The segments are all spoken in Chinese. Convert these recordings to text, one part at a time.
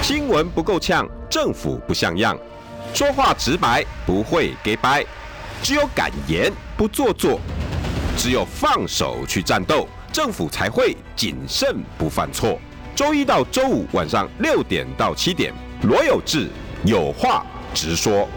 新闻不够呛，政府不像样，说话直白，不会给掰，只有敢言不做作，只有放手去战斗，政府才会谨慎不犯错。周一到周五晚上6点到7点，罗有志有话直说。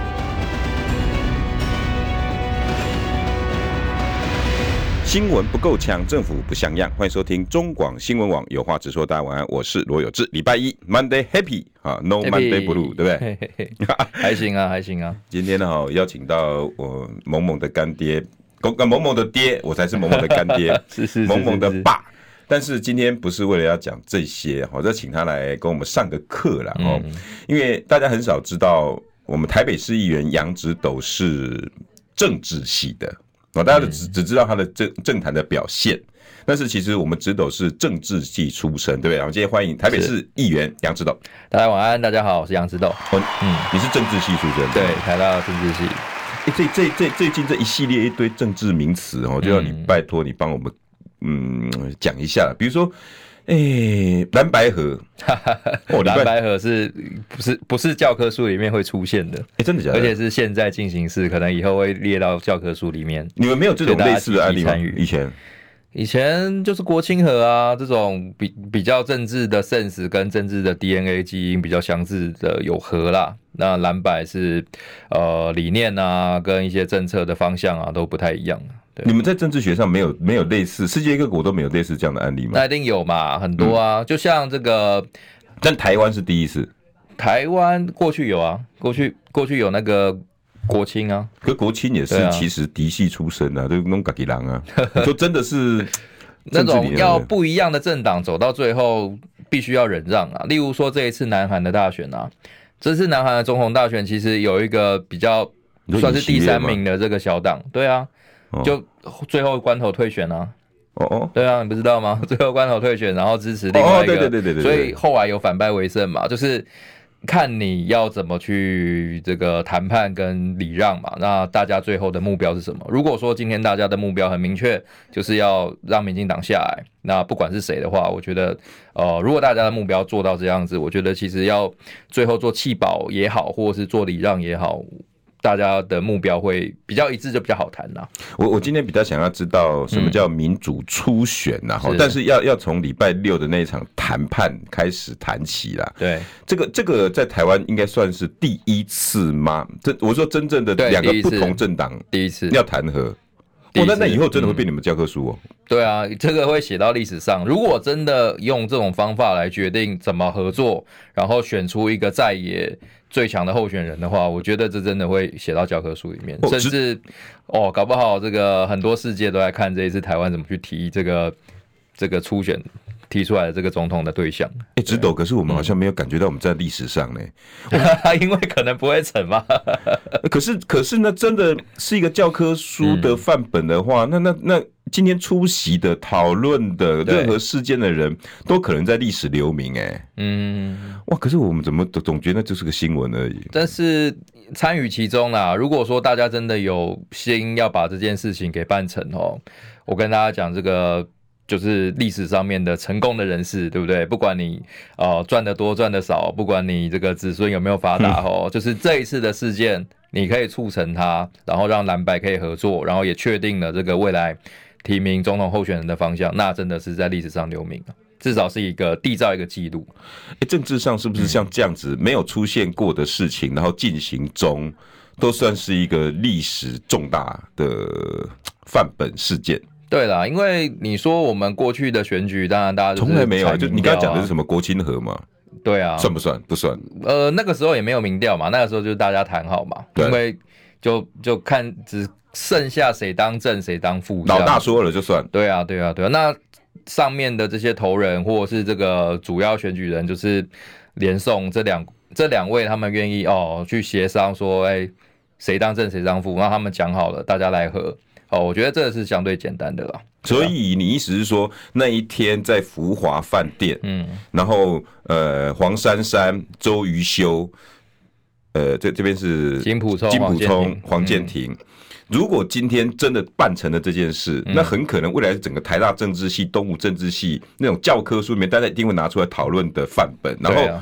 新闻不够强，政府不像样。欢迎收听中广新闻网有话直说。大家晚安，我是罗有志。礼拜一 Monday Happy 啊 ，No Monday Blue， 对不对？ 还行啊，还行啊。 今天呢，邀请到我萌萌的干爹，萌萌的爹，我才是萌萌的干爹， 是萌萌的爸。但是今天不是为了要讲这些，我再请他来跟我们上个课啦。因为大家很少知道，我们台北市议员杨植斗是政治系的。大家只知道他的政坛的表现，但是其实我们植斗是政治系出身，对不对？然后今天欢迎台北市议员杨植斗。 大家晚安，大家好，我是杨植斗。 你是政治系出身？ 对，台大政治系。 最近这一系列一堆政治名词就要你拜托你帮我们讲一下，比如说。蓝白合， 蓝白合不是教科书里面会出现的？真的假的？而且是现在进行式，可能以后会列到教科书里面。 你们没有这种类似的案例吗？以前就是国青合啊，这种比较政治的 sense 跟政治的 DNA 基因比较相似的有合啦。那蓝白是理念啊，跟一些政策的方向啊都不太一样。 你们在政治学上没有类似，世界各国都没有类似这样的案例吗？ 那一定有嘛，很多啊，就像这个， 但台湾是第一次。 台湾过去有啊，过去有那个国青啊， 可国青也是其实嫡系出身啊，就弄自己人啊，就真的是那种要不一样的政党走到最后必须要忍让啊。例如说这一次南韩的大选啊，这次南韩的总统大选其实有一个比较算是第3名的这个小党，对啊。就最后关头退选啊！对啊，你不知道吗？最后关头退选，然后支持另外一个， 对， 所以后来有反败为胜嘛，就是看你要怎么去这个谈判跟礼让嘛。那大家最后的目标是什么？如果说今天大家的目标很明确，就是要让民进党下来，那不管是谁的话，我觉得如果大家的目标做到这样子，我觉得其实要最后做弃保也好，或者是做礼让也好。大家的目标会比较一致，就比较好谈啦。 我今天比较想要知道什么叫民主初选但是要从礼拜6的那一场谈判开始谈起啦。 对， 这个在台湾应该算是第一次吗？我说真正的两个不同政党第一次要谈和。那以后真的会变你们教科书哦。 对啊，这个会写到历史上。如果真的用这种方法来决定怎么合作，然后选出一个在野最强的候选人的话，我觉得这真的会写到教科书里面，甚至搞不好这个很多世界都在看这一次台湾怎么去提这个初选提出来的这个总统的对象。 植斗，可是我们好像没有感觉到我们在历史上呢， 因为可能不会成嘛。 可是那真的是一个教科书的范本的话，那今天出席的讨论的任何事件的人都可能在历史留名哇！可是我们怎么总觉得那就是个新闻而已？ 但是参与其中啦，如果说大家真的有心要把这件事情给办成我跟大家讲这个。就是历史上面的成功的人士，对不对？不管你赚得多赚得少，不管你这个子孙有没有发达就是这一次的事件，你可以促成它，然后让蓝白可以合作，然后也确定了这个未来提名总统候选人的方向，那真的是在历史上留名，至少是一个缔造一个记录。 政治上是不是像这样子没有出现过的事情，然后进行中，都算是一个历史重大的范本事件？ 对啦，因为你说我们过去的选举，当然大家从来没有，就你刚才讲的是什么国青合嘛？ 对啊， 算不算？不算。 那个时候也没有民调嘛，那个时候就是大家谈好嘛，因为就看只剩下谁当正谁当副， 老大说了就算。 对啊。那上面的这些头人或者是这个主要选举人，就是连宋这两位，他们愿意去协商说，谁当正谁当副，然后他们讲好了，大家来合。我觉得这个是相对简单的啦。 所以你意思是说，那一天在福华饭店，然后黄珊珊、周瑜修，这边是金溥聪、 黄健庭。如果今天真的办成了这件事，那很可能未来整个台大政治系、东吴政治系那种教科书里面，大家一定会拿出来讨论的范本。然后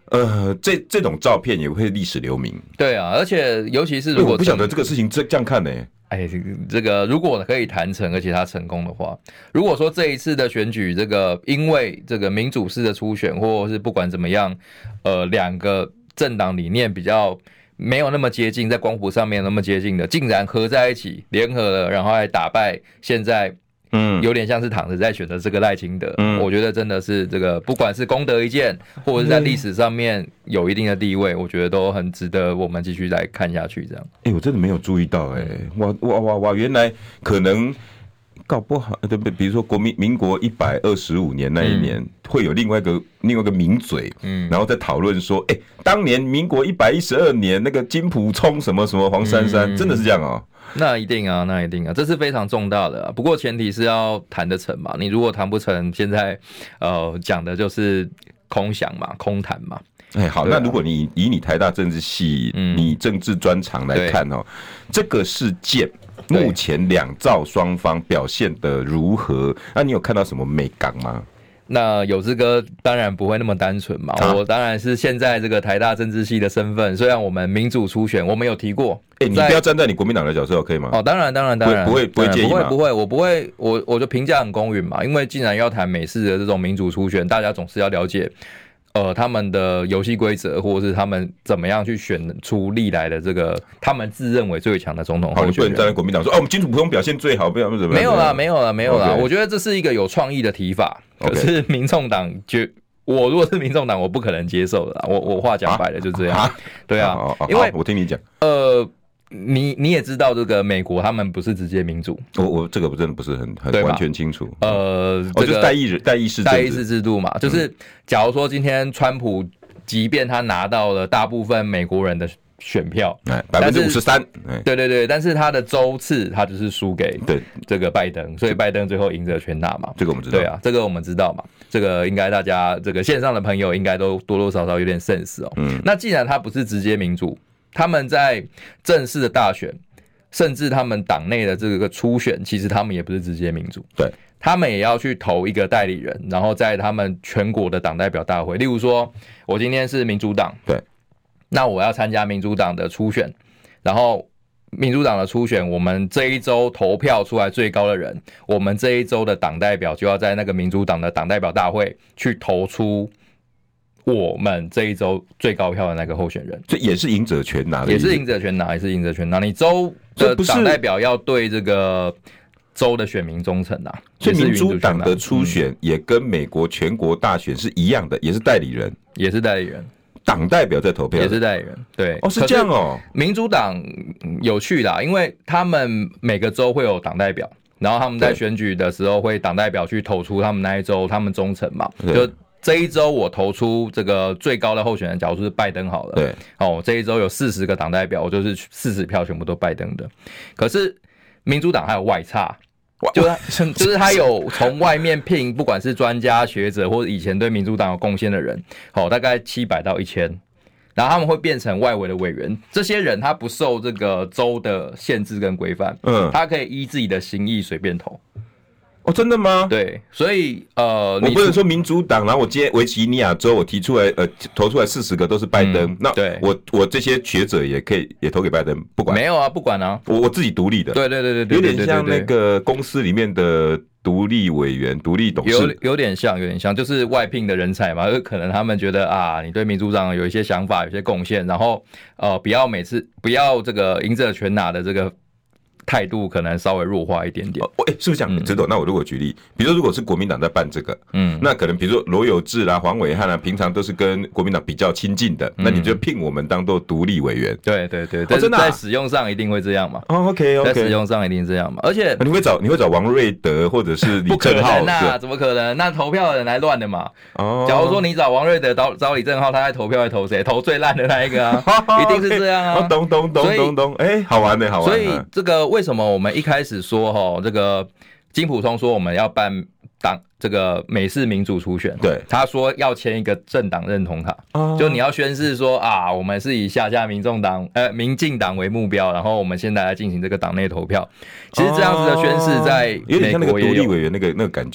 这种照片也会历史留名。 对啊，而且尤其是如果我不晓得这个事情这样看呢。 这个如果可以谈成，而且他成功的话，如果说这一次的选举，这个因为这个民主式的初选，或者是不管怎么样，两个政党理念比较没有那么接近，在光谱上面那么接近的，竟然合在一起联合了，然后还打败现在有点像是躺着在选的这个赖清德，我觉得真的是这个不管是功德一件，或者是在历史上面有一定的地位，我觉得都很值得我们继续来看下去。这样， 我真的没有注意到，哇，原来可能搞不好，对不对？比如说民国125年那一年，会有另外一个名嘴，然后在讨论说，当年民国112年那个金溥聪什么什么黄珊珊，真的是这样哦。 那一定啊，这是非常重大的不过前提是要谈得成嘛。你如果谈不成，现在讲的就是空想嘛，空谈嘛。 好，那如果你以你台大政治系，你政治专长来看这个事件目前两造双方表现得如何？你有看到什么美感吗？ 那有志哥当然不会那么单纯嘛，我当然是现在这个台大政治系的身份，虽然我们民主初选我们有提过， 你不要站在你国民党的角色可以吗？ 当然不会介意吗？ 不会，我不会，我就评价很公允嘛，因为既然要谈美式的这种民主初选，大家总是要了解他们的游戏规则，或者是他们怎么样去选出历来的这个他们自认为最强的总统候选人。 你不能站在国民党说我们金溥聪表现最好，不要怎么样？ 没有啦，我觉得这是一个有创意的提法，可是民众党我如果是民众党，我不可能接受的啦。我话讲白了就这样。对啊，因为我听你讲， 你也知道这个美国他们不是直接民主， 我这个真的不是很完全清楚。就是代议式制度嘛，就是假如说今天川普即便他拿到了大部分美国人的选票 53%， 对，但是他的州次他就是输给这个拜登，所以拜登最后赢得全拿嘛。 这个我们知道， 对啊，这个我们知道嘛，这个应该大家这个线上的朋友应该都多多少少有点 sense 那既然他不是直接民主，他们在正式的大选，甚至他们党内的这个初选，其实他们也不是直接民主， 对， 他们也要去投一个代理人，然后在他们全国的党代表大会，例如说我今天是民主党， 对， 那我要参加民主党的初选，然后民主党的初选，我们这一周投票出来最高的人，我们这一周的党代表就要在那个民主党的党代表大会去投出我们这一周最高票的那个候选人， 所以也是赢者全拿的， 也是赢者全拿。你州的党代表要对这个州的选民忠诚啊， 所以民主党的初选也跟美国全国大选是一样的，也是代理人，党代表在投票， 也是代理人，对， 是这样哦。 民主党有趣啦，因为他们每个州会有党代表，然后他们在选举的时候会党代表去投出他们那一州他们忠诚嘛，就这一周我投出这个最高的候选人，假如是拜登好了， 对， 这一周有40个党代表，我就是40票全部都拜登的。可是民主党还有外差，就是他有从外面聘，不管是专家学者或者以前对民主党有贡献的人，大概700到1000，然后他们会变成外围的委员。这些人他不受这个州的限制跟规范，他可以依自己的心意随便投。 真的吗？ 对，所以我不能说民主党，然后我今天维吉尼亚州我提出来投出来40个都是拜登，那对我这些学者也可以也投给拜登，不管。 没有啊，不管啊， 我自己独立的。 对， 有点像那个公司里面的独立委员、独立董事， 有点像，就是外聘的人才嘛，可能他们觉得你对民主党有一些想法、有些贡献，然后不要这个赢者全拿的这个态度可能稍微弱化一点点。 是不是这样？知道？那我如果举例，比如说如果是国民党在办这个，那可能比如说罗友志啦、黄伟汉啦，平常都是跟国民党比较亲近的，那你就聘我们当做独立委员。 对，真的在使用上一定会这样嘛 ？OK， 在使用上一定这样嘛？而且你会找王瑞德或者是李正浩？ 怎么可能？那投票的人来乱的嘛？假如说你找王瑞德找李正浩，他在投票会投谁？投最烂的那一个啊，一定是这样啊。 懂，好玩的，好玩。 所以这个为什么我们一开始说这个金溥聪说我们要办这个美式民主初选， 对， 他说要签一个政党认同卡，就你要宣示说我们是以下民进党为目标，然后我们现在来进行这个党内投票。其实这样子的宣示在有点像那个独立委员那个感觉。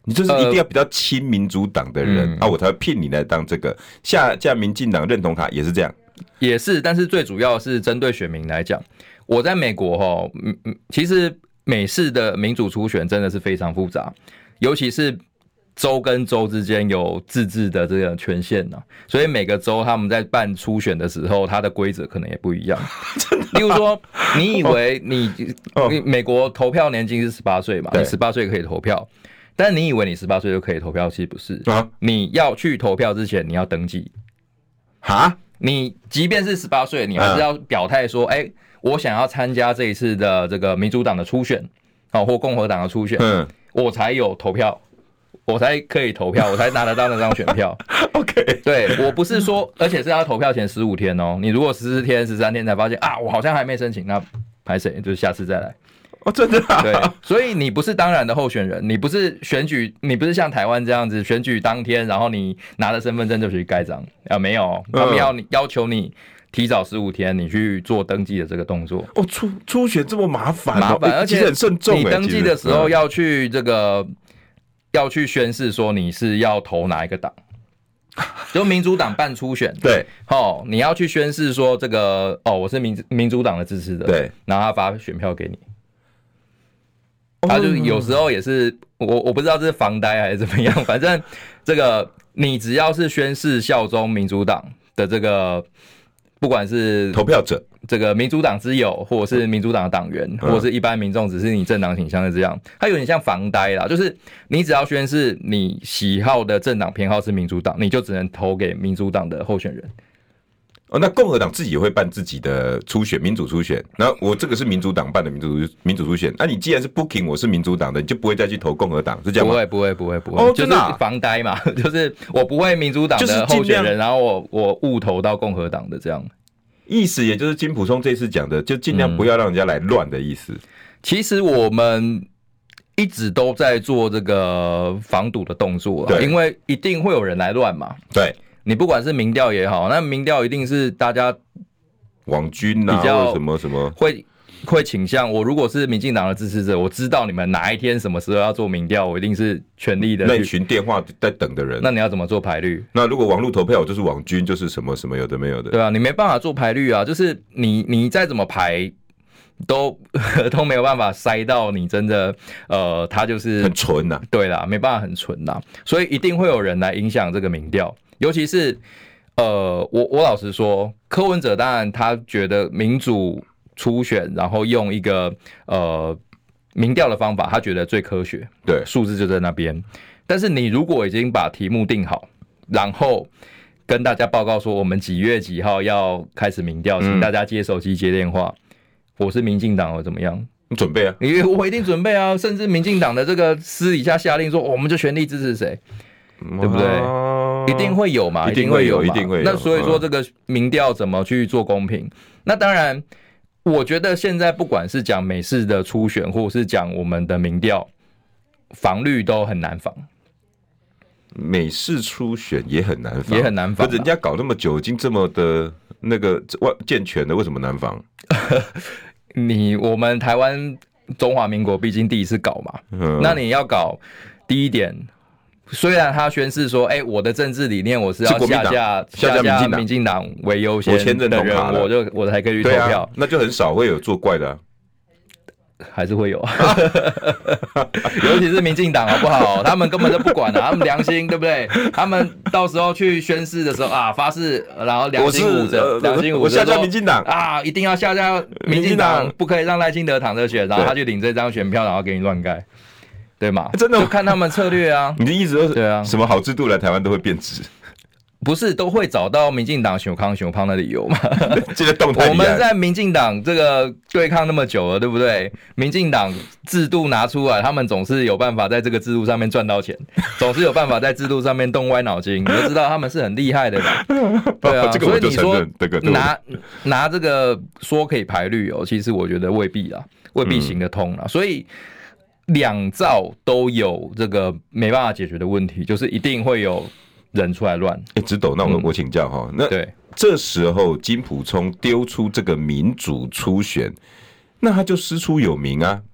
你就是一定要比较亲民主党的人、我才会聘你来当这个。下架民进党认同卡也是这样， 也是，但是最主要是针对选民来讲，我在美国其实美式的民主初选真的是非常复杂，尤其是州跟州之间有自治的这个权限所以每个州他们在办初选的时候，它的规则可能也不一样。例如说，你以为你美国投票年纪是18岁嘛？你18岁可以投票，但你以为你18岁就可以投票，其实不是。你要去投票之前，你要登记。你即便是18岁，你还是要表态说，我想要参加这一次的这个民主党的初选，或共和党的初选，我才有投票。我才可以投票，我才拿得到那张选票。 OK， 对，我不是说，而且是要投票前15天你如果14天、13天才发现我好像还没申请，那拍谁就是下次再来。 真的啊？ 对，所以你不是当然的候选人，你不是选举，你不是像台湾这样子选举当天，然后你拿着身份证就去盖章没有，他们要求你提早15天，你去做登记的这个动作。 初选这么麻烦而且很慎重。 你登记的时候要去要去宣誓说你是要投哪一个党，就民主党办初选， 对， 你要去宣誓说这个我是民主党的支持者， 对， 然后他发选票给你，他就有时候也是我不知道这是防呆还是怎么样，反正这个你只要是宣誓效忠民主党的这个，不管是投票者。 这个民主党之友，或者是民主党的党员，或者是一般民众，只是你政党倾向是这样，它有点像防呆啦，就是你只要宣示你喜好的政党偏好是民主党，你就只能投给民主党的候选人。 那共和党自己也会办自己的初选，民主初选。那我这个是民主党办的民主初选。那你既然是 booking 我是民主党的，你就不会再去投共和党，是这样吗？ 不会，就是防呆嘛，就是我不会民主党的候选人，然后我误投到共和党的这样。 意思也就是金溥聪这次讲的，就尽量不要让人家来乱的意思。 其实我们一直都在做这个防堵的动作，因为一定会有人来乱嘛。 对， 你不管是民调也好，那民调一定是大家网军啊，或什么会倾向。我如果是民进党的支持者，我知道你们哪一天什么时候要做民调，我一定是全力的。 那群电话在等的人， 那你要怎么做排率？ 那如果网络投票，我就是网军，就是什么有的没有的。 对啊，你没办法做排率啊，就是你再怎么排都没有办法塞到你真的他就是很纯啊。 对啦，没办法很纯啊，所以一定会有人来影响这个民调，尤其是我老实说，柯文哲当然他觉得民主初选，然后用一个民调的方法，他觉得最科学， 对， 数字就在那边。但是你如果已经把题目定好，然后跟大家报告说我们几月几号要开始民调，请大家接手机接电话，我是民进党或怎么样？ 你准备啊？ 我一定准备啊！甚至民进党的这个私底下下令说，我们就全力支持谁，对不对？一定会有嘛，一定会有。那所以说这个民调怎么去做公平？那当然。我觉得现在不管是讲美式的初选，或者是讲我们的民调，防率都很难防。 美式初选也很难防， 也很难防。 人家搞那么久，已经这么的那个健全了，为什么难防？ 我们台湾中华民国毕竟第一次搞嘛，那你要搞第一点。虽然他宣示说，我的政治理念我是要下架民进党为优先的人，我才可以去投票， 那就很少会有作怪的还是会有，尤其是民进党好不好？他们根本就不管他们良心对不对？他们到时候去宣誓的时候发誓，然后良心捂着， 我下架民进党一定要下架民进党，不可以让赖清德躺着选，然后他去领这张选票，然后给你乱盖。对嘛？ 真的就看他们策略啊！ 你的意思就是， 对啊， 什么好制度来台湾都会变质， 不是都会找到民进党熊胖的理由吗？ 这个动态， 我们在民进党这个对抗那么久了，对不对？民进党制度拿出来，他们总是有办法在这个制度上面赚到钱，总是有办法在制度上面动歪脑筋，你就知道他们是很厉害的嘛。对啊， 这个我就承认，这个拿这个说可以排率其实我觉得未必啦，未必行得通啦，所以。两造都有这个没办法解决的问题，就是一定会有人出来乱。 直斗，那我请教哈，那对这时候金溥聪丢出这个民主初选，那他就师出有名啊。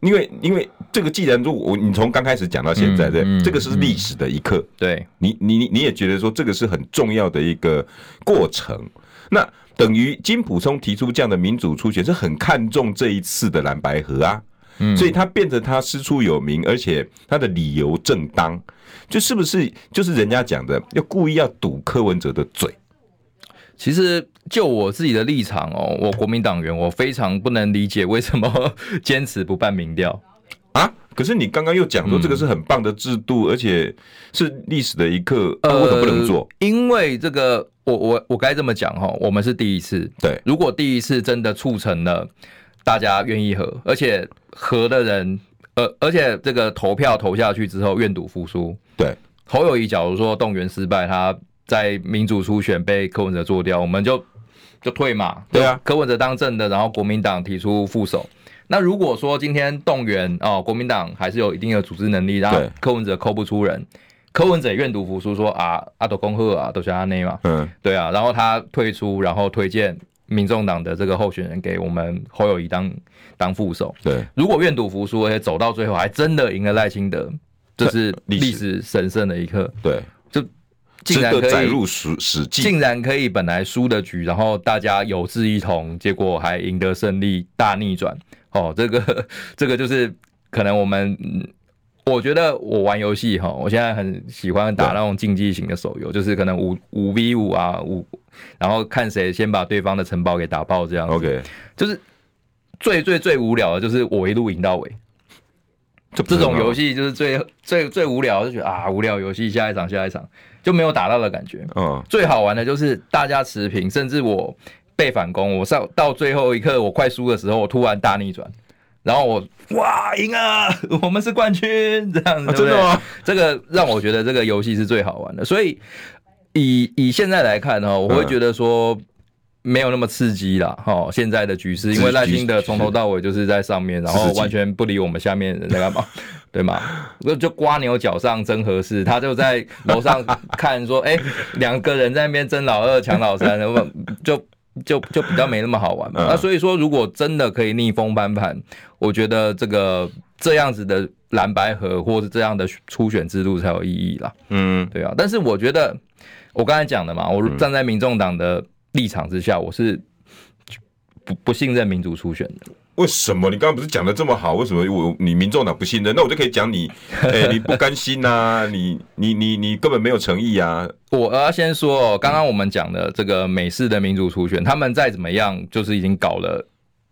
因为这个既然如果你从刚开始讲到现在，对，这个是历史的一刻， 对， 你也觉得说这个是很重要的一个过程，那等于金溥聪提出这样的民主初选是很看重这一次的蓝白合啊，所以他变成他师出有名，而且他的理由正当，就是不是就是人家讲的要故意要堵柯文哲的嘴？ 其实就我自己的立场哦，我国民党员，我非常不能理解为什么坚持不办民调啊。可是你刚刚又讲说这个是很棒的制度，而且是历史的一刻，为什么不能做？ 因为这个，我该这么讲哈，我们是第一次。 对， 如果第一次真的促成了大家愿意和，而且和的人，而且这个投票投下去之后愿赌服输。 对， 侯友宜假如说动员失败，他在民主初选被柯文哲做掉，我们就退嘛。 对啊， 柯文哲当正的，然后国民党提出副手。那如果说今天动员国民党还是有一定的组织能力，然后柯文哲扣不出人，柯文哲也愿赌服输说都恭贺啊，都是他内嘛，对啊，然后他退出，然后推荐民众党的这个候选人给我们侯友宜当副手。 对， 如果愿赌服输，而且走到最后还真的赢了赖清德，这是历史神圣的一刻。 对， 就竟然可以载入史记， 竟然可以本来输的局，然后大家有志一同，结果还赢得胜利，大逆转。这个就是可能我觉得我玩游戏我现在很喜欢打那种竞技型的手游，就是可能5v5啊然后看谁先把对方的城堡给打爆这样子。 OK， 就是最无聊的就是我一路赢到尾。这种游戏就是最无聊，就觉得无聊游戏，下一场就没有打到的感觉。最好玩的就是大家持平，甚至我被反攻，我到最后一刻我快输的时候，我突然大逆转，然后我赢了，我们是冠军这样子，对不对？真的吗？这个让我觉得这个游戏是最好玩的，所以以现在来看我会觉得说没有那么刺激啦，现在的局势，因为赖清德从头到尾就是在上面，然后完全不理我们下面人在干嘛，对吗？就瓜牛角上争和事，他就在楼上看说，两个人在那边争老二抢老三，就比较没那么好玩嘛。那所以说，如果真的可以逆风翻盘，我觉得这样子的蓝白合或是这样的初选制度才有意义啦。对啊。但是我觉得我刚才讲的嘛，我站在民众党的立场之下，我是不信任民主初选的。 为什么？你刚刚不是讲的这么好？为什么你民众党不信任？那我就可以讲你，你不甘心啊，你根本没有诚意啊。 我要先说刚刚我们讲的这个美式的民主初选，他们再怎么样，就是已经搞了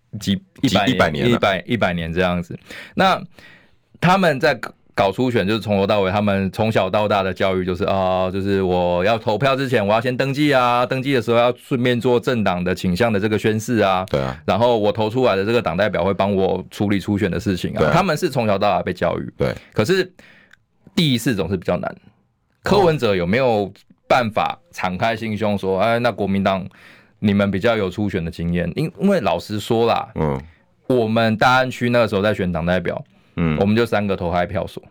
100年这样子。那他们在搞初选，就是从头到尾，他们从小到大的教育就是就是我要投票之前，我要先登记啊，登记的时候要顺便做政党的倾向的这个宣示啊， 对啊， 然后我投出来的这个党代表会帮我处理初选的事情啊，他们是从小到大被教育， 对， 可是第一次总是比较难。柯文哲有没有办法敞开心胸说，那国民党你们比较有初选的经验？因为老实说啦，我们大安区那个时候在选党代表。我们就3个投开票所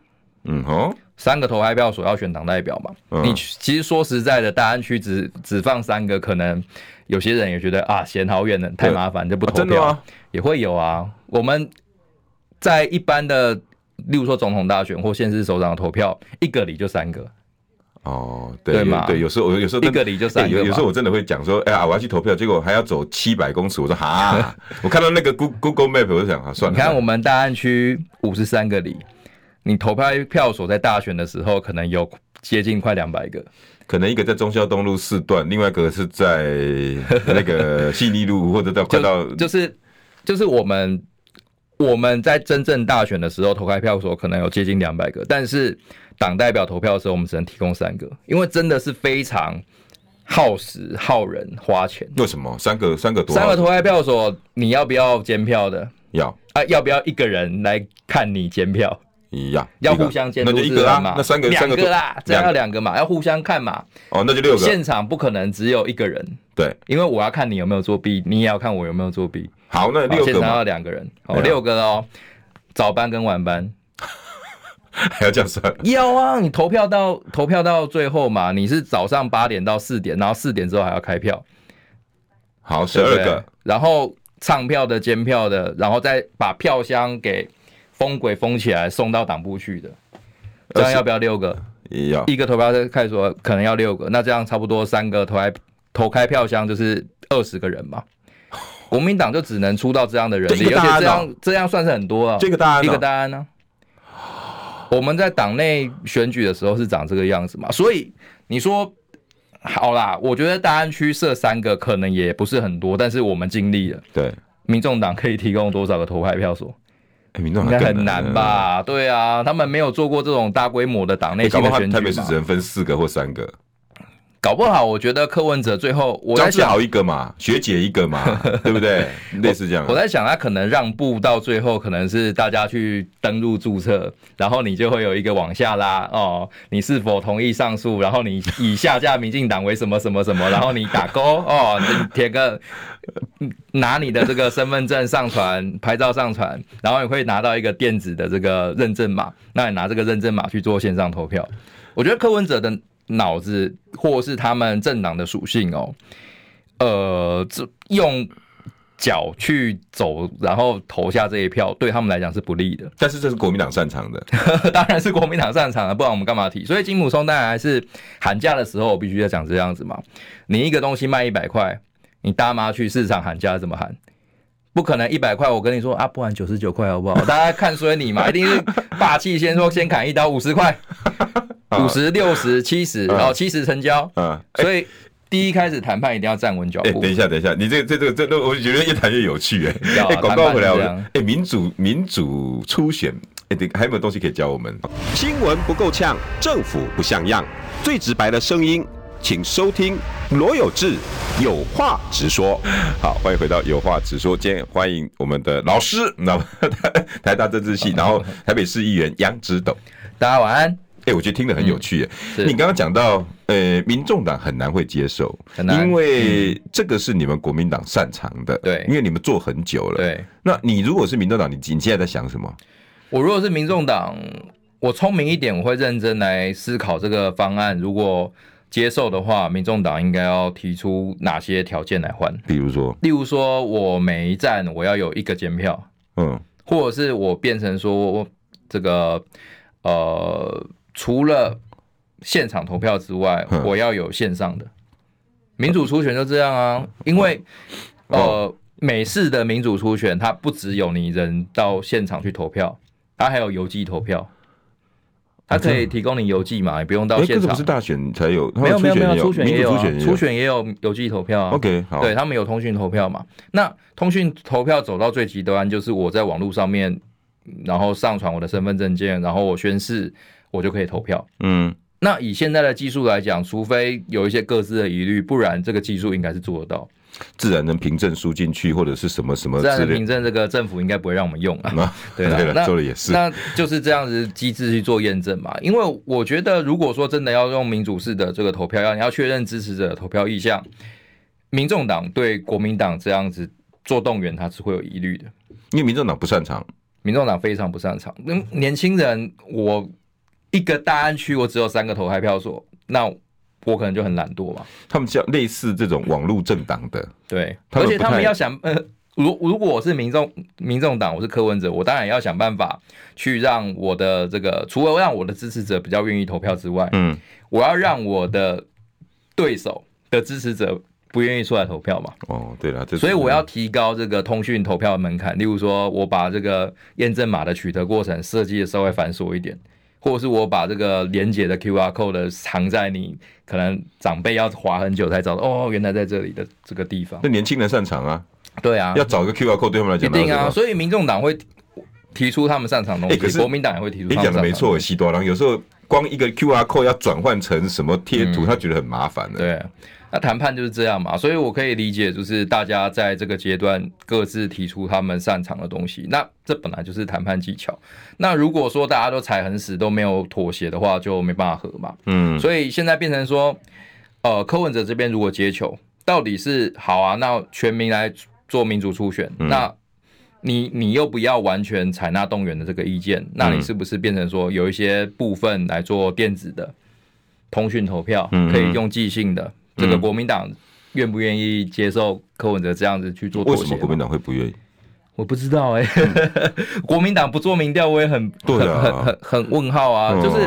，3个投开票所要选党代表嘛。你其实说实在的，大安区只放3个，可能有些人也觉得嫌好远了，太麻烦就不投票。真的吗？也会有啊。我们在一般的，例如说总统大选或县市首长的投票，一个里就3个。 对嘛？对，有时候一个里就3个。 有时候我真的会讲说，我要去投票，结果还要走700公尺。我说我看到那个 Google Map， 我就想算了。 你看我们大安区53个里，你投票所在大选的时候，可能有接近快200个。 可能一个在忠孝东路4段，另外一个是在那个信义路，或者到快到就是我们在真正大选的时候，投开票所可能有接近200个，但是党代表投票的时候，我们只能提供3个，因为真的是非常耗时、耗人、花钱。 为什么3个多 ？3个投开票所，你要不要监票的？ 要不要一个人来看你监票？要互相监督， 那就一个嘛。那3个 2个啦，这样要2个嘛，要互相看嘛。 那就6个。 现场不可能只有一个人， 对， 因为我要看你有没有作弊，你也要看我有没有作弊。 好，那6个嘛。 现场要2个人，6个哦，早班跟晚班。 还要这样算？ 要啊，你投票到最后嘛，你是早上8点到4点，然后4点之后还要开票。 好，12个， 然后唱票的、监票的，然后再把票箱给封轨封起来送到党部去的，这样要不要6个？ 也要一个投票开所可能要6个，那这样差不多3个投开票箱就是20个人嘛。国民党就只能出到这样的人力，而且这样算是很多啊。 这个大案， 一个大案呢。我们在党内选举的时候是长这个样子嘛，所以你说好啦，我觉得大安区设3个可能也不是很多，但是我们尽力了。 对， 民众党可以提供多少个投开票所？ 民众党应该很难吧？对啊，他们没有做过这种大规模的党内性的选举嘛。 台北市只能分4个或3个。 搞不好，我觉得柯文哲最后我在想， 张志豪一个嘛，学姐一个嘛，对不对？类似这样。 我在想，他可能让步到最后，可能是大家去登录注册，然后你就会有一个往下拉哦，你是否同意上诉？然后你以下架民进党为什么什么什么，然后你打勾哦，你填个拿你的这个身份证上传、拍照上传，然后你会拿到一个电子的这个认证码，那你拿这个认证码去做线上投票。我觉得柯文哲的脑子或是他们政党的属性用脚去走，然后投下这一票，对他们来讲是不利的。 但是这是国民党擅长的， 当然是国民党擅长的，不然我们干嘛提？所以金溥聪当然还是喊价的时候，我必须要讲这样子嘛。你一个东西卖100块，你大妈去市场喊价怎么喊？不可能100块，我跟你说啊，不然99块好不好？大家看衰你嘛，一定是霸气先说先砍一刀50块。50、60、70，然后70成交。所以第一开始谈判一定要站稳脚步。 等一下，你这个，我觉得越谈越有趣广告回来，民主初选，还有没有东西可以教我们？ 新闻不够呛，政府不像样，最直白的声音，请收听罗有志有话直说。 好，欢迎回到有话直说。今天欢迎我们的老师，台大政治系，然后台北市议员杨植斗。 大家晚安。 我觉得听得很有趣你刚刚讲到，民众党很难会接受，因为这个是你们国民党擅长的， 对， 因为你们做很久了， 对。 那你如果是民众党，你现在在想什么？ 我如果是民众党，我聪明一点，我会认真来思考这个方案。如果接受的话，民众党应该要提出哪些条件来换？ 例如说， 我每一站我要有1个监票，或者是我变成说这个除了现场投票之外，我要有线上的民主初选就这样啊，因为美式的民主初选，它不只有你人到现场去投票，它还有邮寄投票，它可以提供你邮寄嘛，也不用到现场。 这不是大选才有？ 没有，初选也有，初选也有邮寄投票啊。 OK， 好， 对他们有通讯投票嘛？那通讯投票走到最极端，就是我在网络上面，然后上传我的身份证件，然后我宣誓。我就可以投票。那以现在的技术来讲，除非有一些各自的疑虑，不然这个技术应该是做得到。 自然能凭证输进去，或者是什么什么之类的。 自然能凭证这个政府应该不会让我们用啊。对了， 做的也是。 那就是这样子机制去做验证嘛。因为我觉得，如果说真的要用民主式的这个投票，你要确认支持者的投票意向，民众党对国民党这样子做动员，他是会有疑虑的。 因为民众党不擅长， 民众党非常不擅长。年轻人，我一个大安区我只有3个投开票所，那我可能就很懒惰嘛。他们像类似这种网络政党的， 对，而且他们要想，如果我是民众党，我是柯文哲，我当然要想办法去让我的这个，除了让我的支持者比较愿意投票之外，我要让我的对手的支持者不愿意出来投票嘛。 对了， 所以我要提高这个通讯投票的门槛，例如说我把这个验证码的取得过程设计的稍微繁琐一点。或者是我把这个连结的 QR code 藏在你可能长辈要滑很久才找到，原来在这里的这个地方。 那年轻人擅长啊， 对啊， 要找一个 QR code 对他们来讲， 一定啊。所以民众党会提出他们擅长的东西，国民党也会提出他们擅长的东西。 你讲的没错，西多郎有时候光一个 QR code 要转换成什么贴图，他觉得很麻烦的。 对。那谈判就是这样嘛，所以我可以理解，就是大家在这个阶段各自提出他们擅长的东西，那这本来就是谈判技巧。那如果说大家都踩很死，都没有妥协的话，就没办法和嘛。所以现在变成说，柯文哲这边如果接球，到底是好啊，那全民来做民主初选，那你又不要完全采纳动员的这个意见，那你是不是变成说有一些部分来做电子的通讯投票，可以用寄信的？这个国民党愿不愿意接受柯文哲这样子去做妥协？ 为什么国民党会不愿意？ 我不知道国民党不做民调，我也很问号啊，就是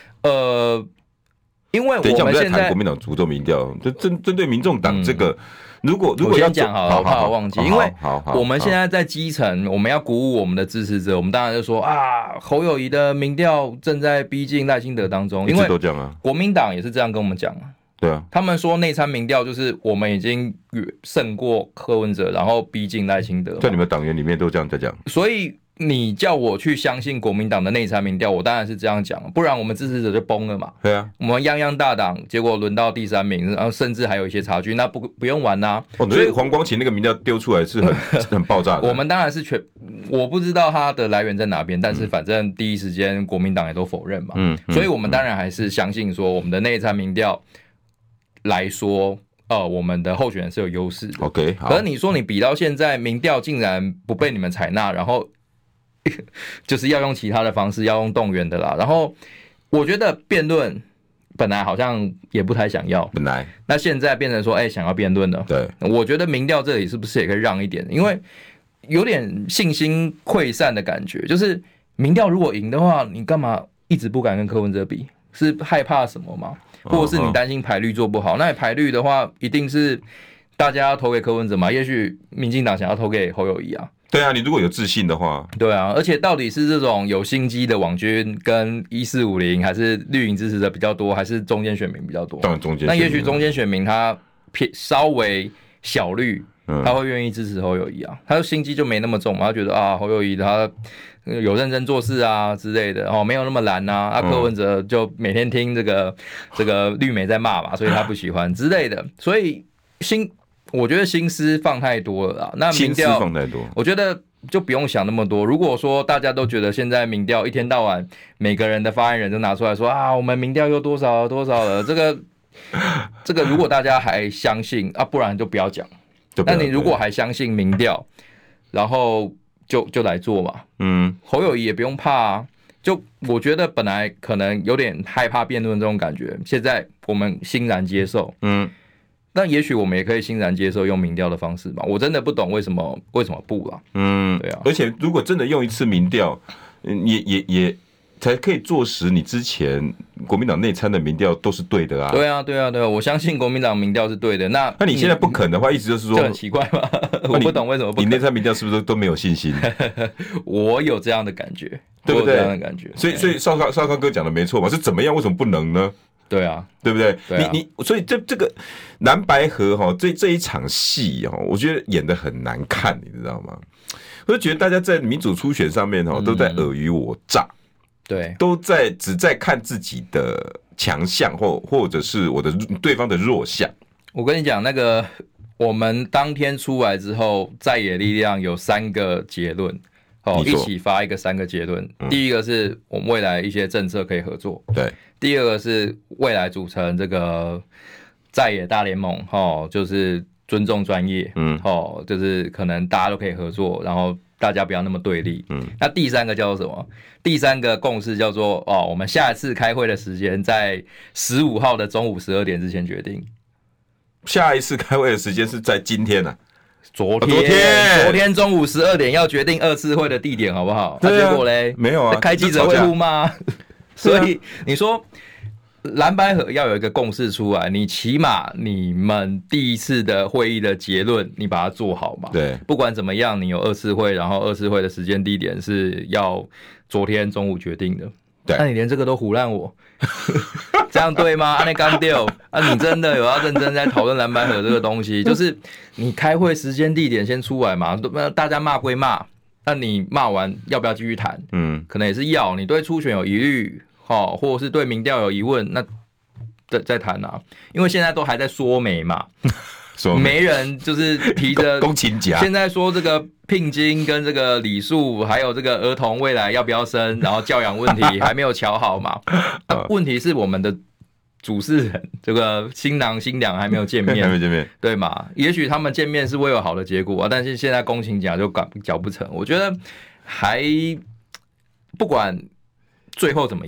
因为等一下我们现在谈国民党不做民调，就针对民众党这个。如果我要先讲好了，我怕我忘记，因为我们现在在基层，我们要鼓舞我们的支持者，我们当然就说啊，侯友宜的民调正在逼近赖清德当中，因为国民党也是这样跟我们讲啊。 对啊， 他们说内参民调就是我们已经胜过柯文哲，然后逼近赖清德， 在你们党员里面都这样在讲， 所以。你叫我去相信国民党的内参民调，我当然是这样讲，不然我们支持者就崩了嘛。 对啊， 我们泱泱大党，结果轮到第3名，然后甚至还有一些差距，那不用玩啦。 所以黄光芹那个民调丢出来是很爆炸的。 我们当然是我不知道它的来源在哪边，但是反正第一时间国民党也都否认嘛。所以我们当然还是相信说我们的内参民调来说。我们的候选人是有优势的。 OK， 可是你说你比到现在，民调竟然不被你们采纳，然后就是要用其他的方式，要用动员的啦。然后我觉得辩论本来好像也不太想要，那现在变成说，想要辩论了。 对， 我觉得民调这里是不是也可以让一点？因为有点信心溃散的感觉，就是民调如果赢的话，你干嘛一直不敢跟柯文哲比？是害怕什么吗？或者是你担心排率做不好？那你排率的话，一定是大家要投给柯文哲嘛？也许民进党想要投给侯友宜啊。 对啊，你如果有自信的话， 对啊，而且到底是这种有心机的网军跟1450，还是绿营支持者比较多，还是中间选民比较多？ 当然中间。 那也许中间选民他稍微小绿，他会愿意支持侯友宜啊，他的心机就没那么重嘛，他觉得啊侯友宜他有认真做事啊之类的，没有那么蓝啊。柯文哲就每天听这个绿媒在骂嘛，所以他不喜欢之类的，所以我觉得心思放太多了啦。那民调放太多， 我觉得就不用想那么多。如果说大家都觉得现在民调一天到晚每个人的发言人都拿出来说啊，我们民调又多少了多少了，这个如果大家还相信啊，不然就不要讲。那你如果还相信民调，然后就来做嘛。侯友宜也不用怕啊。就我觉得本来可能有点害怕辩论这种感觉，现在我们欣然接受。那也许我们也可以欣然接受用民调的方式吧。我真的不懂为什么不啦。对啊。 而且如果真的用一次民调，也才可以坐实你之前国民党内参的民调都是对的啊。 对啊，我相信国民党民调是对的。那你现在不肯的话，意思就是说， 就很奇怪嘛。我不懂为什么不肯。 你内参民调是不是都没有信心？ 我有这样的感觉， 对不对？ 这样的感觉。 所以少康哥讲的没错嘛，是怎么样？为什么不能呢？ 对啊， 对不对？ 啊、 所以这个蓝白合哈，这一场戏哈，我觉得演得很难看，你知道吗？我就觉得大家在民主初选上面哈，都在尔虞我诈， 对， 都只在看自己的强项或者是对方的弱项。 我跟你讲，我们当天出来之后，在野力量有3个结论。一起发3个结论。第一个是我们未来一些政策可以合作， 对。 第二个是未来组成这个在野大联盟，就是尊重专业，就是可能大家都可以合作，然后大家不要那么对立。那第3个叫做什么？第3个共识叫做我们下一次开会的时间在15号的中午12点之前决定。 下一次开会的时间是在今天啊。 昨天中午12点要决定2次会的地点，好不好？结果嘞， 没有啊， 开记者会录吗？所以你说蓝白合要有一个共识出来，你起码你们第一次的会议的结论，你把它做好嘛。 对， 不管怎么样，你有2次会，然后2次会的时间地点是要昨天中午决定的。 对， 那你连这个都唬烂我，这样对吗？那刚丢啊，你真的有要认真在讨论蓝白合这个东西？就是你开会时间地点先出来嘛，大家骂归骂，那你骂完要不要继续谈？可能也是要。你对初选有疑虑，或者是对民调有疑问，那再谈啊。因为现在都还在说媒嘛。没人就是提着公勤假， 现在说这个聘金跟这个礼数，还有这个儿童未来要不要生，然后教养问题还没有瞧好嘛。问题是我们的主事人这个新郎新娘还没有见面， 还没见面， 对嘛？也许他们见面是会有好的结果啊，但是现在公勤假就缴不成。我觉得还不管最后怎么样，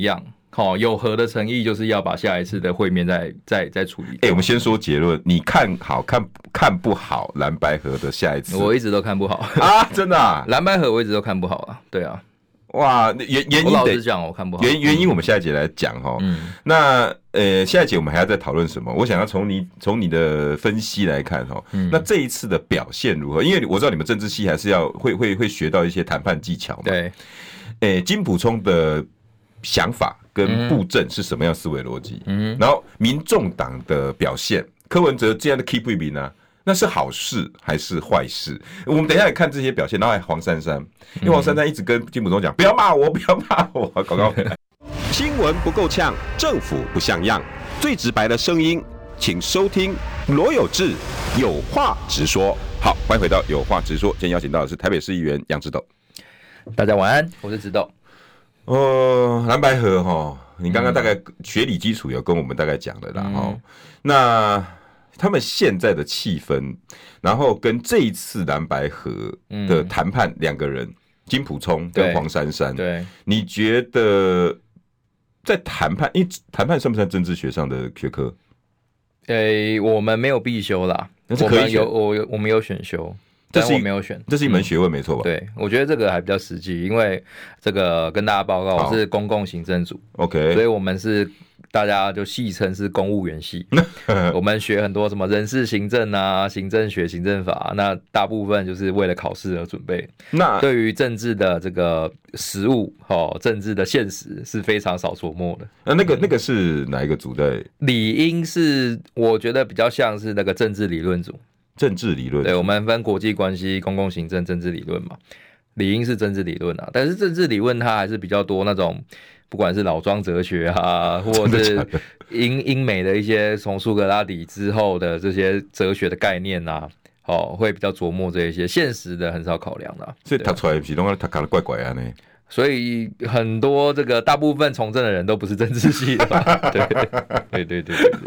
有和的诚意，就是要把下一次的会面再处理。 我们先说结论，你看好看不好蓝白合的下一次？ 我一直都看不好啊，真的啊， 蓝白合我一直都看不好啊，对啊。 哇，原因我老实讲，我看不好。 原因我们下一节来讲哈。那下一节我们还要再讨论什么？我想要从你的分析来看哈。那这一次的表现如何？因为我知道你们政治系还是要会学到一些谈判技巧嘛。 对。 金溥聪的想法跟布阵是什么样思维逻辑？然后民众党的表现，柯文哲这样的 keep 不赢啊。那是好事还是坏事？我们等一下也看这些表现，然后还黄珊珊，因为黄珊珊一直跟金溥聪讲，不要骂我，不要骂我。广告。 新闻不够呛，政府不像样，最直白的声音，请收听罗有志有话直说。 好，欢迎回到有话直说。今天邀请到的是台北市议员杨植斗。 大家晚安，我是植斗。 蓝白合哈，你刚刚大概学理基础有跟我们大概讲了啦。那他们现在的气氛，然后跟这一次蓝白合的谈判，两个人金溥聪跟黄珊珊， 对， 你觉得在谈判，因为谈判算不算政治学上的学科？ 我们没有必修啦，我们有选修。但我没有选， 这是一门学问，没错吧？ 对，我觉得这个还比较实际，因为这个跟大家报告，我是公共行政组 ，OK， 所以我们是大家就戏称是公务员系。我们学很多什么人事行政啊、行政学、行政法，那大部分就是为了考试而准备。那对于政治的这个实务，政治的现实是非常少琢磨的。 那个是哪一个组在？ 理应是我觉得比较像是那个政治理论组。 政治理论， 对，我们分国际关系、公共行政、政治理论嘛。理应是政治理论啊，但是政治理论它还是比较多那种，不管是老庄哲学啊，或者是英美的一些从苏格拉底之后的这些哲学的概念啊，会比较琢磨这一些，现实的很少考量啦。 所以读出来不是都读得怪怪啊呢？ 所以很多这个大部分从政的人都不是政治系的嘛。对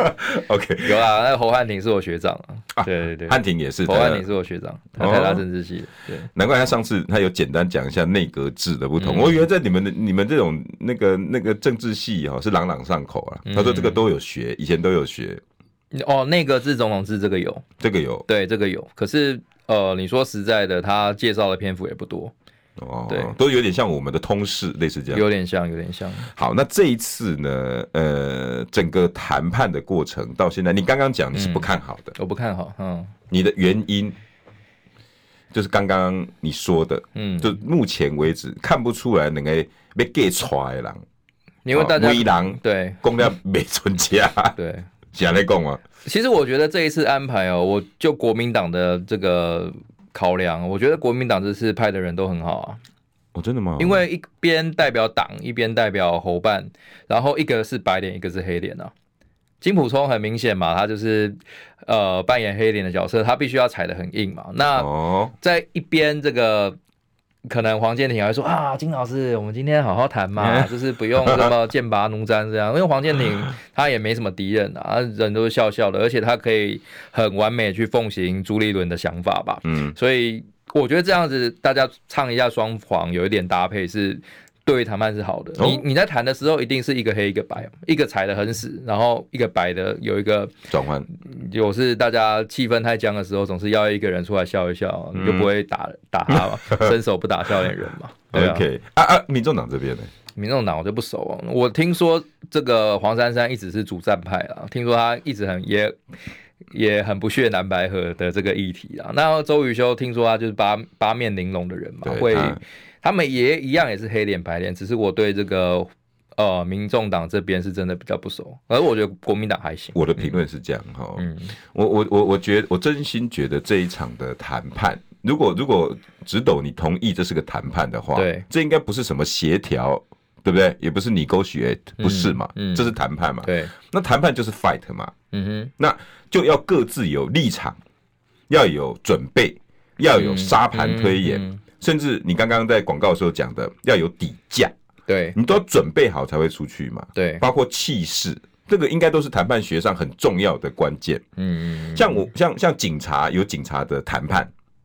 OK， 有啊，那侯汉廷是我学长啊。对， 汉廷也是， 侯汉廷是我学长，他台大政治系的。对， 难怪他上次他有简单讲一下内阁制的不同。我以为在你们这种那个政治系是朗朗上口啊。他说这个都有学，以前都有学。 内阁制、总统制这个有，对，这个有。可是你说实在的，他介绍的篇幅也不多。对， 都有点像我们的通识，类似这样， 有点像。 好，那这一次呢，整个谈判的过程到现在，你刚刚讲你是不看好的， 我不看好， 你的原因就是刚刚你说的，就目前为止看不出来能够被给出来的人， 因为大家微人对公料没存家， 对， 谁来讲啊？ 其实我觉得这一次安排我就国民党的这个考量，我觉得国民党这次派的人都很好啊。 真的吗？ 因为一边代表党，一边代表侯办，然后一个是白脸，一个是黑脸啊。金溥聪很明显嘛，他就是扮演黑脸的角色，他必须要踩得很硬嘛。那在一边这个可能黄健庭还会说啊，金老师，我们今天好好谈嘛，就是不用这么剑拔弩张这样。因为黄健庭他也没什么敌人啊，人都是笑笑的，而且他可以很完美去奉行朱立伦的想法吧。所以我觉得这样子大家唱一下双簧，有一点搭配是对于谈判是好的。你在谈的时候一定是一个黑一个白，一个踩得很死，然后一个白的有一个转换。 有是大家气氛太僵的时候，总是要一个人出来笑一笑，你就不会打他嘛，伸手不打笑脸人嘛。对啊 OK 民众党这边呢？ 民众党我就不熟我听说这个黄珊珊一直是主战派啦，听说他一直也很不屑蓝白合的这个议题啦。那周瑜修听说他就是八面玲珑的人嘛，他们也一样也是黑脸白脸，只是我对这个民众党这边是真的比较不熟，而我觉得国民党还行。 我的评论是这样我觉得我真心觉得这一场的谈判，如果植斗你同意这是个谈判的话， 对， 这应该不是什么协调，对不对？也不是 negotiate， 不是嘛？这是谈判嘛？ 对， 那谈判就是 fight 嘛？那就要各自有立场，要有准备，要有沙盘推演，甚至你刚刚在广告的时候讲的，要有底价。 对， 你都要准备好才会出去嘛。 对， 包括气势，这个应该都是谈判学上很重要的关键。像警察有警察的谈判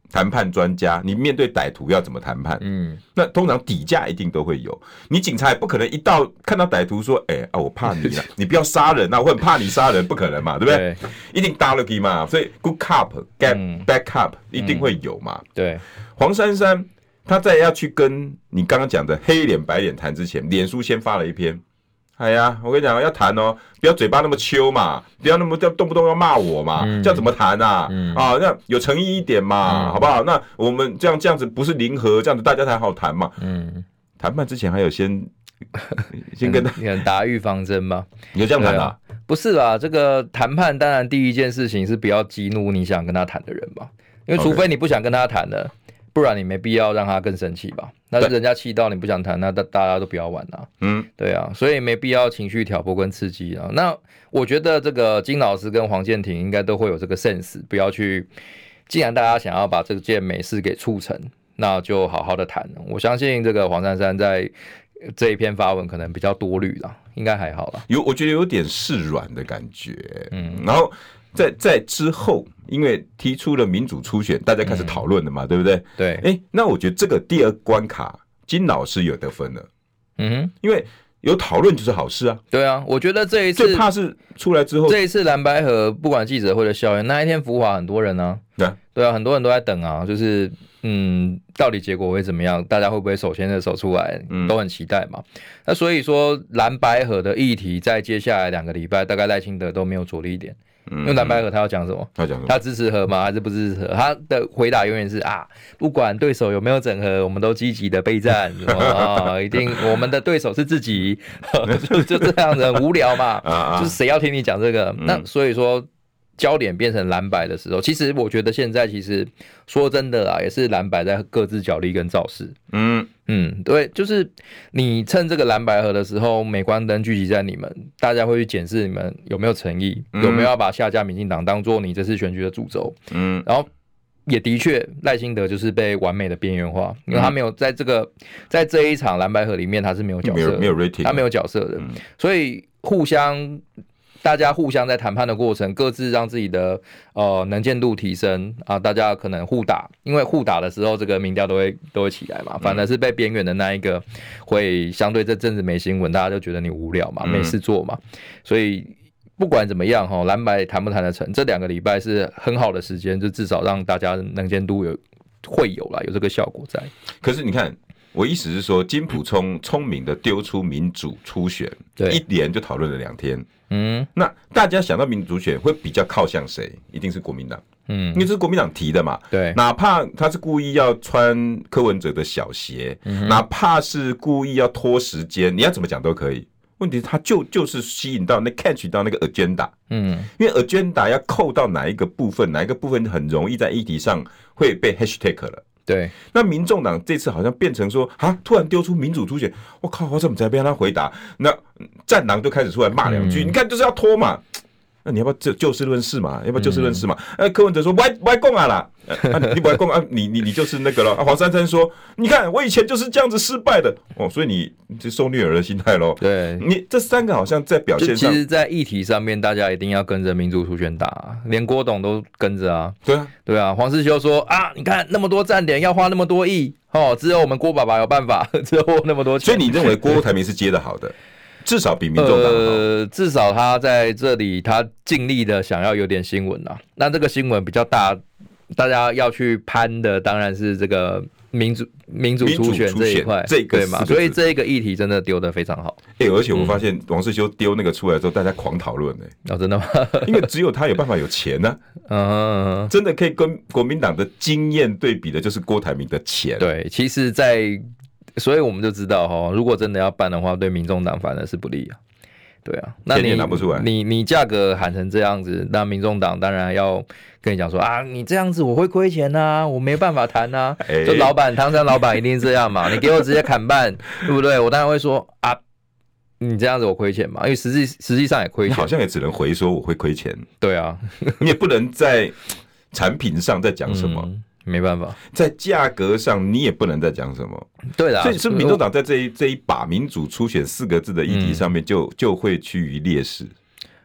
谈判专家，你面对歹徒要怎么谈判？那通常底价一定都会有。你警察也不可能一到看到歹徒说，我怕你啦，你不要杀人啊，我很怕你杀人，不可能嘛，对不对？一定搭了给嘛，所以 good cop、bad cop 一定会有嘛。 对， 黄珊珊他在要去跟你刚刚讲的黑脸白脸谈之前，脸书先发了一篇。哎呀，我跟你讲，要谈哦，不要嘴巴那么秋嘛，不要那么动不动要骂我嘛，这样怎么谈啊？这样有诚意一点嘛，好不好？那我们这样子不是零和，这样子大家才好谈嘛。谈判之前还有先跟他打预防针吧？ 有这样谈啊？ 不是啦，这个谈判当然第一件事情是不要激怒你想跟他谈的人嘛，因为除非你不想跟他谈了。不然你没必要让他更生气吧？那人家气到你不想谈，那大家都不要玩啊。对啊，所以没必要情绪挑拨跟刺激啊。那我觉得这个金老师跟黄健庭应该都会有这个 sense， 不要去。既然大家想要把这件美事给促成，那就好好的谈。我相信这个黄珊珊在这一篇发文可能比较多虑啦，应该还好啦。 我觉得有点示软的感觉。然后。在之后，因为提出了民主初选，大家开始讨论了嘛，对不对？ 对。 那我觉得这个第二关卡，金老师有得分了。因为有讨论就是好事啊。 对啊，我觉得这一次最怕是出来之后， 这一次蓝白合不管记者会的效应，那一天福华很多人啊。对啊，很多人都在等啊，就是到底结果会怎么样？大家会不会手牵着手出来？都很期待嘛。那所以说蓝白合的议题，在接下来2个礼拜，大概赖清德都没有着力点。因为蓝白合他要讲什么？他支持合吗？还是不支持合？他的回答永远是不管对手有没有整合，我们都积极的备战。一定我们的对手是自己，就这样子很无聊嘛。就是谁要听你讲这个？那所以说。焦点变成蓝白的时候，其实我觉得现在其实说真的啦，也是蓝白在各自角力跟造势。对，就是你趁这个蓝白合的时候，镁光灯聚集在你们，大家会去检视你们有没有诚意，有没有要把下架民进党当做你这次选举的主轴。然后也的确赖清德就是被完美的边缘化，因为他没有在这一场蓝白合里面他是没有角色的， 没有 rating， 他没有角色的，所以大家互相在谈判的过程，各自让自己的能见度提升啊，大家可能互打，因为互打的时候，这个民调都会起来嘛。反而是被边缘的那一个，会相对这阵子没新闻，大家就觉得你无聊嘛，没事做嘛。所以不管怎么样蓝白谈不谈得成，这2个礼拜是很好的时间，就至少让大家能见度会有啦，有这个效果在。 可是你看。我意思是说，金溥聪明的丢出民主初选，一连就讨论了2天。那大家想到民主初选会比较靠向谁？一定是国民党。因为这是国民党提的嘛。 对， 哪怕他是故意要穿柯文哲的小鞋，哪怕是故意要拖时间，你要怎么讲都可以。问题是他就是吸引到catch 到那个 agenda。因为 agenda 要扣到哪一个部分很容易在议题上会被 hashtag 了。 对， 那民众党这次好像变成说突然丢出民主初选，我靠，我怎么才被他回答？那战狼就开始出来骂2句，你看就是要拖嘛。那你要不要就事论事嘛？柯文哲说不爱讲啊啦，你不爱讲啊，你就是那个了。黄珊珊说，你看我以前就是这样子失败的所以你这受虐儿的心态咯。 对， 你这3个好像在表现上， 其实，在议题上面，大家一定要跟着民主初选打，连郭董都跟着啊。对啊，黄世修说你看那么多站点要花那么多亿只有我们郭爸爸有办法，只有那么多钱。 所以你认为郭台铭是接得好的？至少比民众党好。 至少他在这里，他尽力的想要有点新闻啊。那这个新闻比较大，大家要去攀的当然是这个民主初选这一块，对嘛？所以这个议题真的丢得非常好。 而且我发现王世修丢那个出来之后，大家狂讨论真的吗？ 因为只有他有办法有钱呢。真的可以跟国民党的经验对比的，就是郭台铭的钱。 对，其实所以我们就知道如果真的要办的话，对民众党反而是不利啊。对啊，那你拿不出来， 你价格喊成这样子，那民众党当然要跟你讲说你这样子我会亏钱啊，我没办法谈啊。就唐山老板一定是这样嘛，你给我直接砍半，对不对？我当然会说你这样子我亏钱嘛，因为实际上也亏钱， 好像也只能回说我会亏钱。 对啊， 你也不能在产品上再讲什么。 没办法， 在价格上你也不能再讲什么。 对啦， 所以是民众党在这一把民主初选4个字的议题上面就会趋于劣势。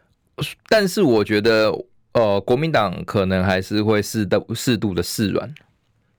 但是我觉得国民党可能还是会适度的示软。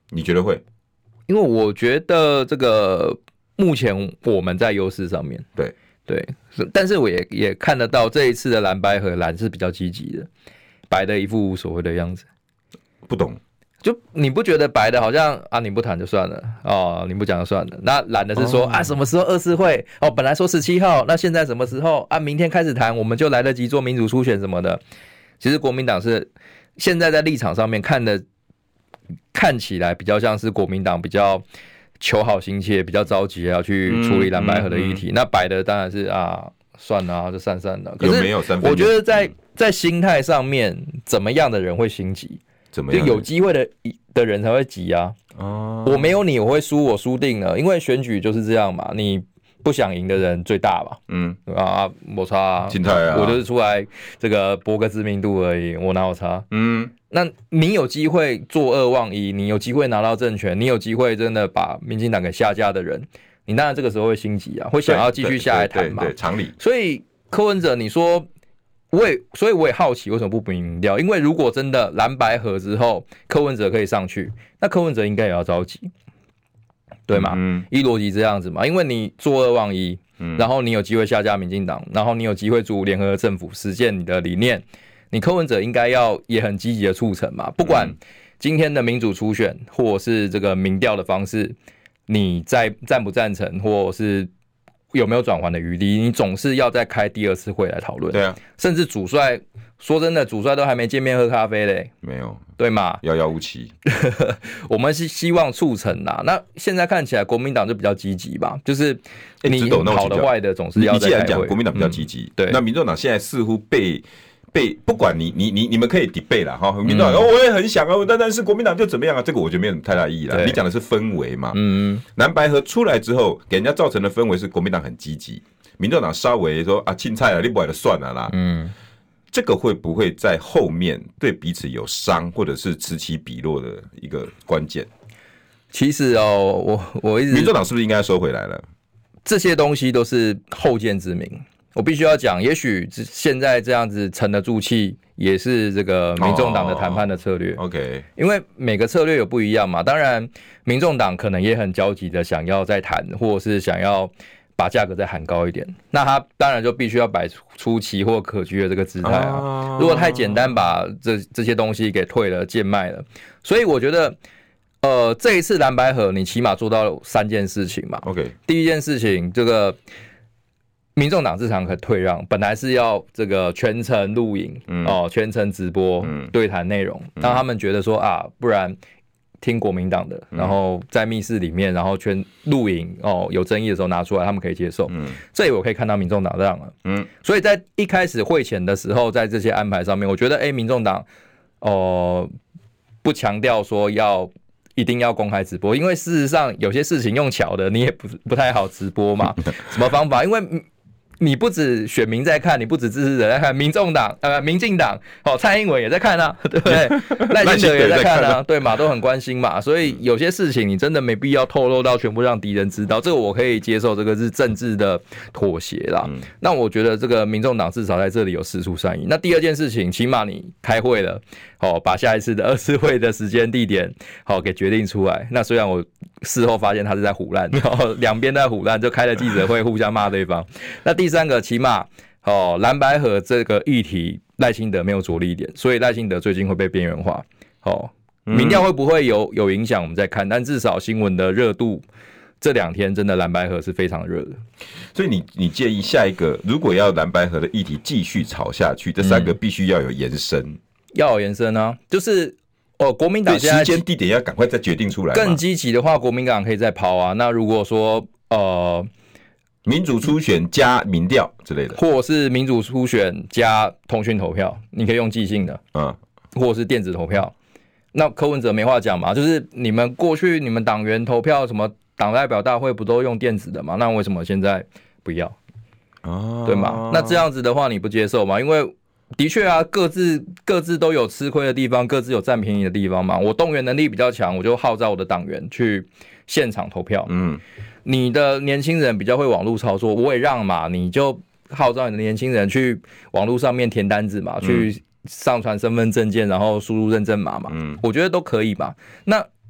你觉得会？ 因为我觉得这个目前我们在优势上面，对，但是我也看得到这一次的蓝白合蓝是比较积极的，白的一副无所谓的样子。 不懂， 就你不觉得白的好像啊你不谈就算了哦，你不讲就算了，那蓝的是说啊什么时候2次会哦，本来说17号，那现在什么时候啊？明天开始谈，我们就来得及做民主初选什么的。其实国民党是现在在立场上面看起来比较像是国民党比较求好心切，比较着急要去处理蓝白合的议题。那白的当然是啊，算了啊，就散了。可是有没有3分？ 我觉得在心态上面，怎么样的人会心急？ 怎么样？ 就有机会的人才会急啊。我没有你，我会输，我输定了。因为选举就是这样嘛，你不想赢的人最大嘛。我差啊， 心态啊， 我就是出来这个博个知名度而已，我哪有差？那你有机会做2忘1，你有机会拿到政权，你有机会真的把民进党给下架的人，你当然这个时候会心急啊，会想要继续下来谈嘛。 对，常理。 所以柯文哲，你说所以我也好奇为什么不民调？因为如果真的蓝白合之后，柯文哲可以上去，那柯文哲应该也要着急，对吗？依逻辑这样子嘛，因为你做2忘1，然后你有机会下架民进党，然后你有机会组联合政府，实现你的理念。你柯文哲应该要也很积极的促成嘛，不管今天的民主初选或是这个民调的方式，你赞不赞成，或是有没有转圜的余地，你总是要再开第2次会来讨论。 对啊， 甚至主帅说真的，主帅都还没见面喝咖啡嘞， 没有， 对吗？ 遥遥无期。 我们是希望促成啦。那现在看起来国民党就比较积极吧，就是你好的坏的总是要再开会。 你既然讲国民党比较积极，对，那民众党现在似乎被不管你们可以 debate 啦哈，民众党我也很想啊，但是国民党就怎么样啊？这个我觉得没有什么太大意义啦。你讲的是氛围嘛，蓝白合出来之后，给人家造成的氛围是国民党很积极，民众党稍微说啊，青菜啊，你不来就算了啦。这个会不会在后面对彼此有伤，或者是此起彼落的一个关键？ 其实我一直， 民众党是不是应该收回来了？ 这些东西都是后见之明。我必须要讲，也许现在这样子沉得住气，也是这个民众党的谈判的策略。 OK， 因为每个策略有不一样嘛。当然，民众党可能也很焦急的想要再谈，或者是想要把价格再喊高一点。那他当然就必须要摆出期货可居的这个姿态啊。如果太简单把这些东西给退了、贱卖了，所以我觉得。这一次蓝白合，你起码做到3件事情嘛。 OK， 第一件事情，这个民众党这场可退让，本来是要这个全程录影，全程直播对谈内容，让他们觉得说啊，不然听国民党的，然后在密室里面，然后全录影有争议的时候拿出来，他们可以接受。这里我可以看到民众党让了。所以在一开始会前的时候，在这些安排上面，我觉得民众党不强调说一定要公开直播，因为事实上有些事情用巧的，你也不太好直播嘛。什么方法？因为你不止选民在看，你不止支持者在看，民进党蔡英文也在看啊，对不对？赖清德也在看啊，对嘛，都很关心嘛。所以有些事情你真的没必要透露到全部让敌人知道，这个我可以接受，这个是政治的妥协啦。那我觉得这个民众党至少在这里有释出善意。那第2件事情，起码你开会了。把下一次的2次会的时间地点给决定出来。那虽然我事后发现他是在唬烂，两边都在唬烂，就开了记者会互相骂对方。那第3个，起码蓝白合这个议题赖清德没有着力点，所以赖清德最近会被边缘化。民调会不会有影响我们再看，但至少新闻的热度这2天真的蓝白合是非常热的。 所以你建议下一个如果要蓝白合的议题继续吵下去，这3个必须要有延伸。 要有延伸啊，就是国民党现在时间地点要赶快再决定出来。 更积极的话，国民党可以再抛啊。那如果说民主初选加民调之类的， 或者是民主初选加通讯投票，你可以用寄信的，或者是电子投票。那柯文哲没话讲嘛，就是你们过去你们党员投票什么党代表大会不都用电子的嘛？那为什么现在不要？对吗？那这样子的话你不接受吗？因为的确啊，各自都有吃亏的地方，各自有占便宜的地方嘛。我动员能力比较强，我就号召我的党员去现场投票。你的年轻人比较会网络操作，我也让嘛，你就号召你的年轻人去网络上面填单子嘛，去上传身份证件，然后输入认证码嘛。我觉得都可以嘛。那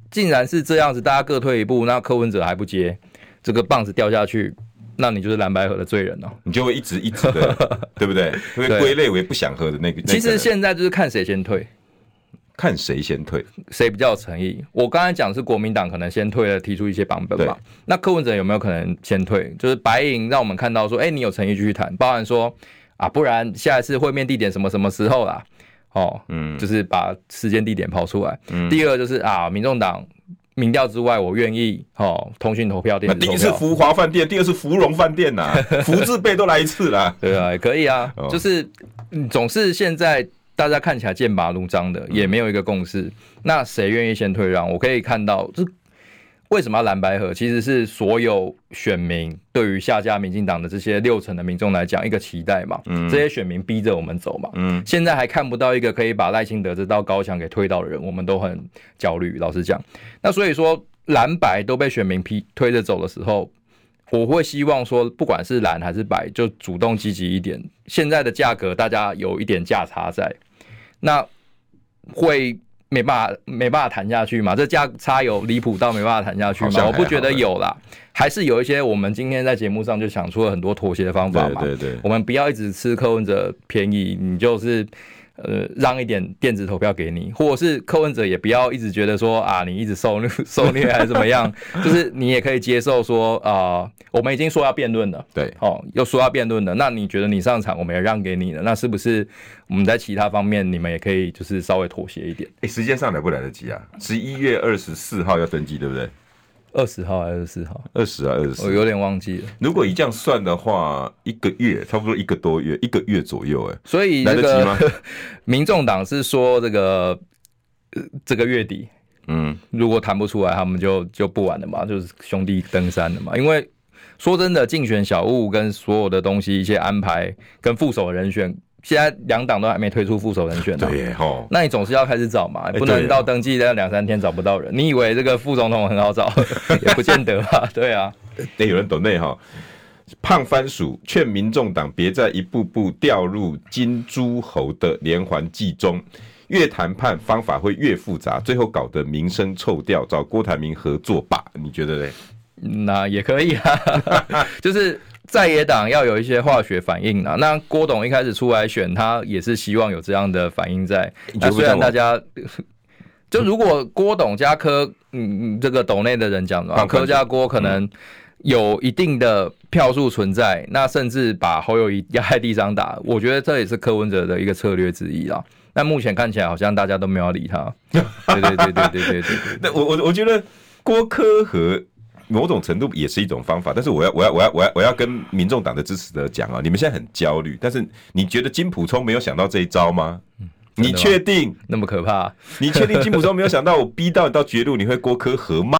竟然是这样子，大家各退一步，那柯文哲还不接，这个棒子掉下去，那你就是蓝白合的罪人哦， 你就会一直的，对不对？会归类为不想喝的那个。 其实现在就是看谁先退。 看谁先退， 谁比较有诚意？我刚才讲是国民党可能先退了，提出一些版本嘛。那柯文哲有没有可能先退？就是白银让我们看到说，你有诚意继续谈，包含说啊，不然下一次会面地点什么什么时候啦？就是把时间地点抛出来。第二就是啊，民众党民调之外，我愿意通讯投票、电子投票。 第一次福华饭店，第二次芙蓉饭店呐，福字辈都来一次啦。 对啊，也可以啊，就是总是现在。大家看起来剑拔弩张的，也没有一个共识。那谁愿意先退让？我可以看到，就是为什么要蓝白合，其实是所有选民对于下架民进党的这些60%的民众来讲一个期待嘛。这些选民逼着我们走嘛。现在还看不到一个可以把赖清德这道高墙给推倒的人，我们都很焦虑。老实讲，那所以说蓝白都被选民推着走的时候。我会希望说，不管是蓝还是白，就主动积极一点。现在的价格大家有一点价差在，那会没办法谈下去嘛？这价差有离谱到没办法谈下去嘛？我不觉得有啦，还是有一些我们今天在节目上就想出了很多妥协的方法嘛。对，我们不要一直吃柯文哲便宜，你就是让一点电子投票给你，或者是柯文哲也不要一直觉得说啊，你一直受虐还是怎么样，就是你也可以接受说我们已经说要辩论了， 对， 又说要辩论了，那你觉得你上场我们也让给你了，那是不是我们在其他方面你们也可以就是稍微妥协一点？ 时间上来不来得及啊？11月24号要登记，对不对 ？20号还是24号 ？20啊，24。 我有点忘记了。 如果以这样算的话，1个月，差不多1个多月，1个月左右， 所以来得及吗？ 民众党是说这个月底，如果谈不出来，他们就不玩了嘛，就是兄弟登山了嘛。因为说真的，竞选小物跟所有的东西，一些安排跟副手的人选。现在2党都还没推出副手人选呢， 对那你总是要开始找嘛，不能到登记那2-3天找不到人。你以为这个副总统很好找，也不见得啊。对啊， 有人抖内胖番薯劝民众党别再一步步掉入金诸侯的连环计中，越谈判方法会越复杂，最后搞得名声臭掉，找郭台铭合作吧？你觉得呢？ 那也可以啊，就是在野党要有一些化学反应啊。那郭董一开始出来选，他也是希望有这样的反应在。那虽然大家就如果郭董加柯，这个斗内的人讲的，柯加郭可能有一定的票数存在，那甚至把侯友宜压在地上打，我觉得这也是柯文哲的一个策略之一啦。但目前看起来好像大家都没有要理他。对。 那我觉得郭柯和某种程度也是一种方法，但是我要跟民众党的支持者讲啊，你们现在很焦虑，但是你觉得金溥聪没有想到这一招吗？你确定那么可怕？ 你确定金溥聪没有想到我逼到你到绝路，你会郭柯和骂